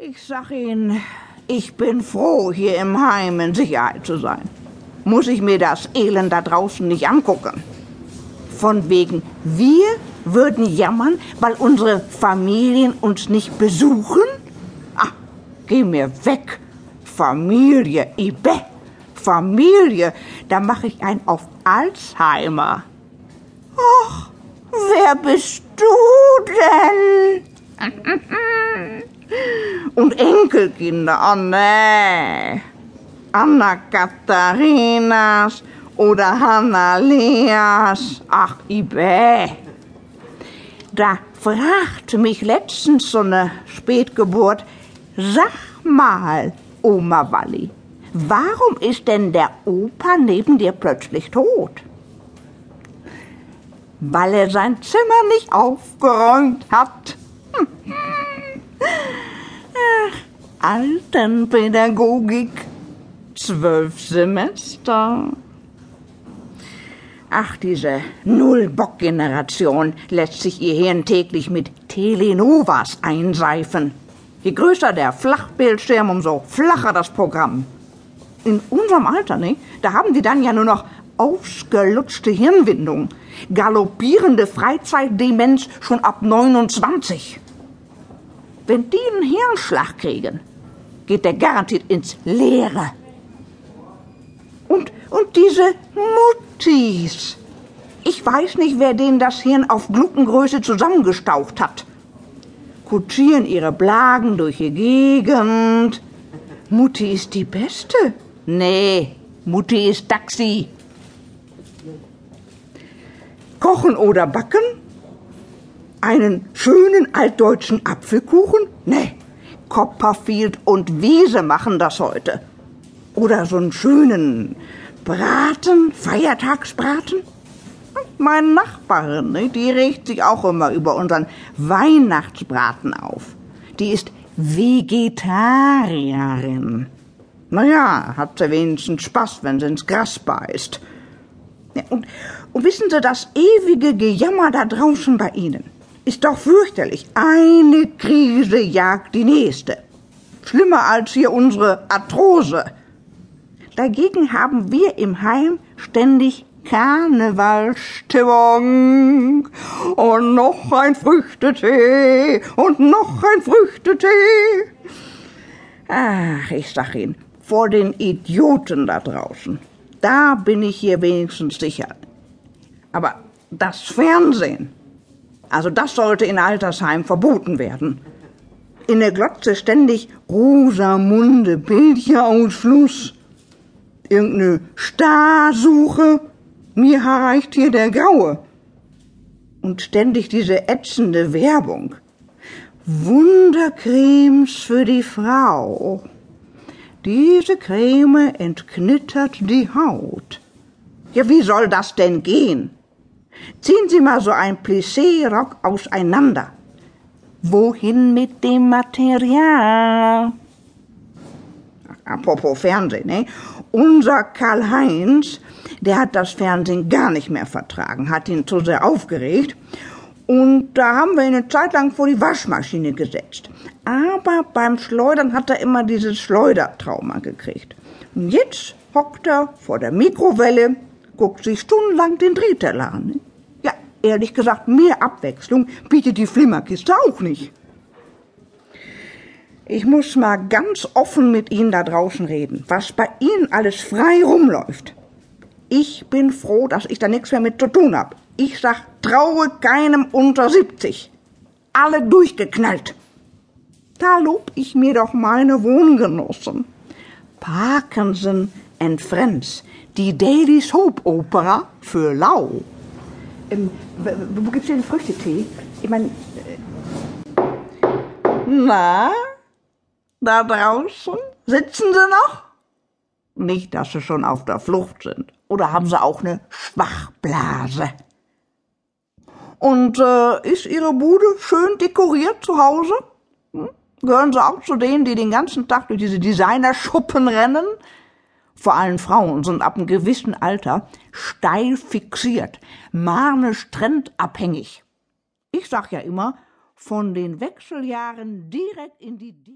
Ich sag Ihnen, ich bin froh, hier im Heim in Sicherheit zu sein. Muss ich mir das Elend da draußen nicht angucken. Von wegen, wir würden jammern, weil unsere Familien uns nicht besuchen? Ah, geh mir weg. Familie, Ibe. Familie, da mache ich einen auf Alzheimer. Och, wer bist du denn? Und Enkelkinder, oh nee. Anna Katharinas oder Hanna Leas. Ach, Ibe. Da fragte mich letztens so eine Spätgeburt, sag mal, Oma Walli, warum ist denn der Opa neben dir plötzlich tot? Weil er sein Zimmer nicht aufgeräumt hat. Ach, Altenpädagogik, 12 Semester. Ach, diese Null-Bock-Generation lässt sich ihr Hirn täglich mit Telenovas einseifen. Je größer der Flachbildschirm, umso flacher das Programm. In unserem Alter, ne, da haben die dann ja nur noch ausgelutschte Hirnwindung, galoppierende Freizeitdemenz schon ab 29. Wenn die einen Hirnschlag kriegen, geht der garantiert ins Leere. Und diese Muttis. Ich weiß nicht, wer denen das Hirn auf Gluckengröße zusammengestaucht hat. Kutschieren ihre Blagen durch die Gegend. Mutti ist die Beste. Nee, Mutti ist Taxi. Kochen oder backen? Einen schönen altdeutschen Apfelkuchen? Nee, Copperfield und Wiese machen das heute. Oder so einen schönen Braten, Feiertagsbraten? Meine Nachbarin, ne, die regt sich auch immer über unseren Weihnachtsbraten auf. Die ist Vegetarierin. Naja, hat sie wenigstens Spaß, wenn sie ins Gras beißt. Ja, und wissen Sie, das ewige Gejammer da draußen bei Ihnen ist doch fürchterlich. Eine Krise jagt die nächste. Schlimmer als hier unsere Arthrose. Dagegen haben wir im Heim ständig Karnevalsstimmung. Und noch ein Früchtetee und noch ein Früchtetee. Ach, ich sag Ihnen, vor den Idioten da draußen, da bin ich hier wenigstens sicher. Aber das Fernsehen, also das sollte in Altersheimen verboten werden. In der Glotze ständig Rosamunde Pilcher-Ausfluss. Irgendeine Starsuche, mir reicht hier der Graue. Und ständig diese ätzende Werbung. Wundercremes für die Frau. Diese Creme entknittert die Haut. Ja, wie soll das denn gehen? Ziehen Sie mal so ein Plissé-Rock auseinander. Wohin mit dem Material? Apropos Fernsehen, ne? Unser Karl-Heinz, der hat das Fernsehen gar nicht mehr vertragen, hat ihn zu sehr aufgeregt. Und da haben wir ihn eine Zeit lang vor die Waschmaschine gesetzt. Aber beim Schleudern hat er immer dieses Schleudertrauma gekriegt. Und jetzt hockt er vor der Mikrowelle, guckt sich stundenlang den Drehteller an. Ja, ehrlich gesagt, mehr Abwechslung bietet die Flimmerkiste auch nicht. Ich muss mal ganz offen mit Ihnen da draußen reden, was bei Ihnen alles frei rumläuft. Ich bin froh, dass ich da nichts mehr mit zu tun habe. Ich sag, traue keinem unter 70. Alle durchgeknallt. Da lob ich mir doch meine Wohngenossen. Parkinson and Friends, die Daily Soap Opera für lau. Wo gibt's denn Früchtetee? Ich meine, na, da draußen, sitzen Sie noch? Nicht, dass Sie schon auf der Flucht sind. Oder haben Sie auch eine Schwachblase? Und ist Ihre Bude schön dekoriert zu Hause? Gehören Sie auch zu denen, die den ganzen Tag durch diese Designerschuppen rennen? Vor allem Frauen sind ab einem gewissen Alter steil fixiert, manisch trendabhängig. Ich sag ja immer, von den Wechseljahren direkt in die